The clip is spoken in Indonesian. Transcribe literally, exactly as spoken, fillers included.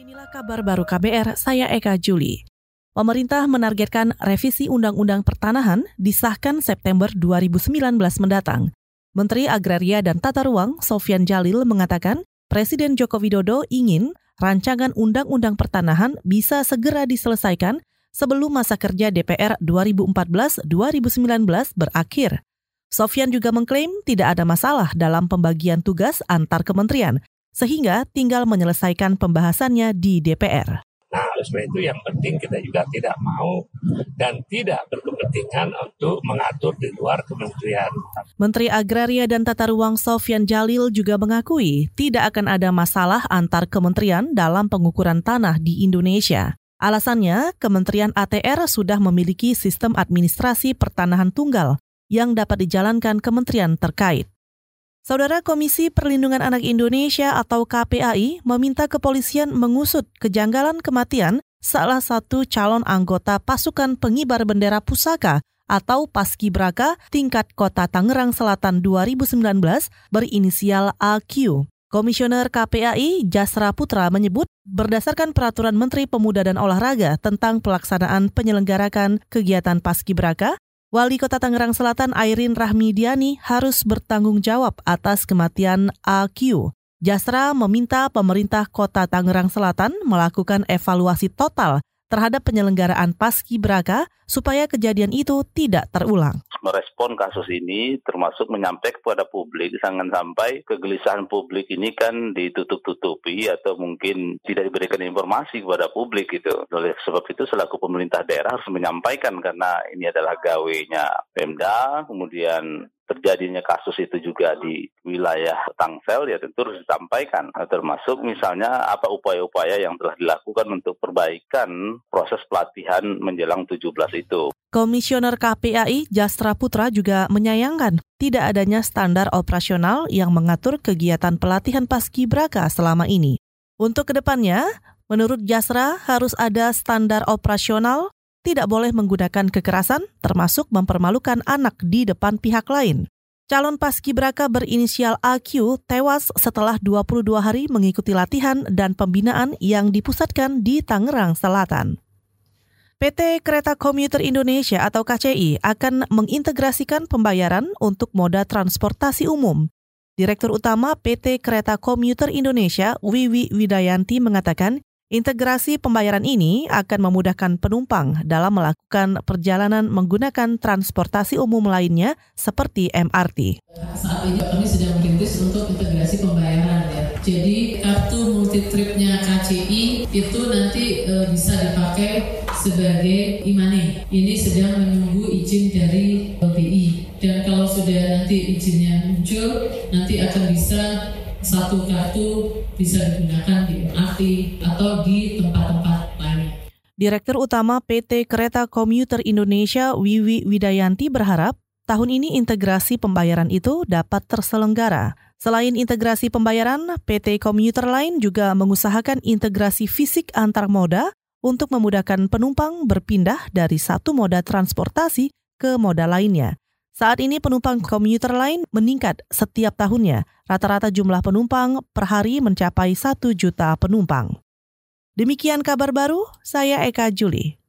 Inilah kabar baru K B R, saya Eka Juli. Pemerintah menargetkan revisi Undang-Undang Pertanahan disahkan September dua ribu sembilan belas mendatang. Menteri Agraria dan Tata Ruang Sofyan Djalil mengatakan Presiden Joko Widodo ingin rancangan Undang-Undang Pertanahan bisa segera diselesaikan sebelum masa kerja D P R dua ribu empat belas sampai dua ribu sembilan belas berakhir. Sofyan juga mengklaim tidak ada masalah dalam pembagian tugas antar kementerian, sehingga tinggal menyelesaikan pembahasannya di D P R. Nah, oleh sebab itu yang penting kita juga tidak mau dan tidak berkepentingan untuk mengatur di luar kementerian. Menteri Agraria dan Tata Ruang Sofyan Djalil juga mengakui tidak akan ada masalah antar kementerian dalam pengukuran tanah di Indonesia. Alasannya, Kementerian A T R sudah memiliki sistem administrasi pertanahan tunggal yang dapat dijalankan kementerian terkait. Saudara, Komisi Perlindungan Anak Indonesia atau K P A I meminta kepolisian mengusut kejanggalan kematian salah satu calon anggota pasukan pengibar bendera pusaka atau Paskibraka tingkat Kota Tangerang Selatan dua ribu sembilan belas berinisial A Q. Komisioner K P A I Jasra Putra menyebut berdasarkan Peraturan Menteri Pemuda dan Olahraga tentang pelaksanaan penyelenggarakan kegiatan Paskibraka, Wali Kota Tangerang Selatan Airin Rahmidiani harus bertanggung jawab atas kematian A Q. Jasra meminta pemerintah Kota Tangerang Selatan melakukan evaluasi total terhadap penyelenggaraan Paskibraka supaya kejadian itu tidak terulang. Merespon kasus ini termasuk menyampaikan kepada publik, jangan sampai kegelisahan publik ini kan ditutup-tutupi atau mungkin tidak diberikan informasi kepada publik gitu. Oleh sebab itu selaku pemerintah daerah harus menyampaikan karena ini adalah gawenya Pemda, kemudian terjadinya kasus itu juga di wilayah Tangsel, ya tentu harus disampaikan. Termasuk misalnya apa upaya-upaya yang telah dilakukan untuk perbaikan proses pelatihan menjelang tujuh belas itu. Komisioner K P A I Jasra Putra juga menyayangkan tidak adanya standar operasional yang mengatur kegiatan pelatihan Paskibraka selama ini. Untuk kedepannya, menurut Jasra harus ada standar operasional, tidak boleh menggunakan kekerasan, termasuk mempermalukan anak di depan pihak lain. Calon Paskibraka berinisial A Q tewas setelah dua puluh dua hari mengikuti latihan dan pembinaan yang dipusatkan di Tangerang Selatan. P T Kereta Komuter Indonesia atau K C I akan mengintegrasikan pembayaran untuk moda transportasi umum. Direktur Utama P T Kereta Komuter Indonesia, Wiwi Widayanti, mengatakan integrasi pembayaran ini akan memudahkan penumpang dalam melakukan perjalanan menggunakan transportasi umum lainnya seperti M R T. Saat ini kami sedang merintis untuk integrasi pembayaran ya. Jadi kartu multitripnya K C I itu nanti e, bisa dipakai sebagai e-money. Ini sedang menunggu izin dari L B I. Dan kalau sudah nanti izinnya muncul, nanti akan bisa satu kartu bisa digunakan di M R T atau di tempat-tempat lain. Direktur Utama P T Kereta Komuter Indonesia Wiwi Widayanti berharap tahun ini integrasi pembayaran itu dapat terselenggara. Selain integrasi pembayaran, P T Komuter lain juga mengusahakan integrasi fisik antar moda untuk memudahkan penumpang berpindah dari satu moda transportasi ke moda lainnya. Saat ini penumpang komuter lain meningkat setiap tahunnya. Rata-rata jumlah penumpang per hari mencapai satu juta penumpang. Demikian kabar baru, saya Eka Juli.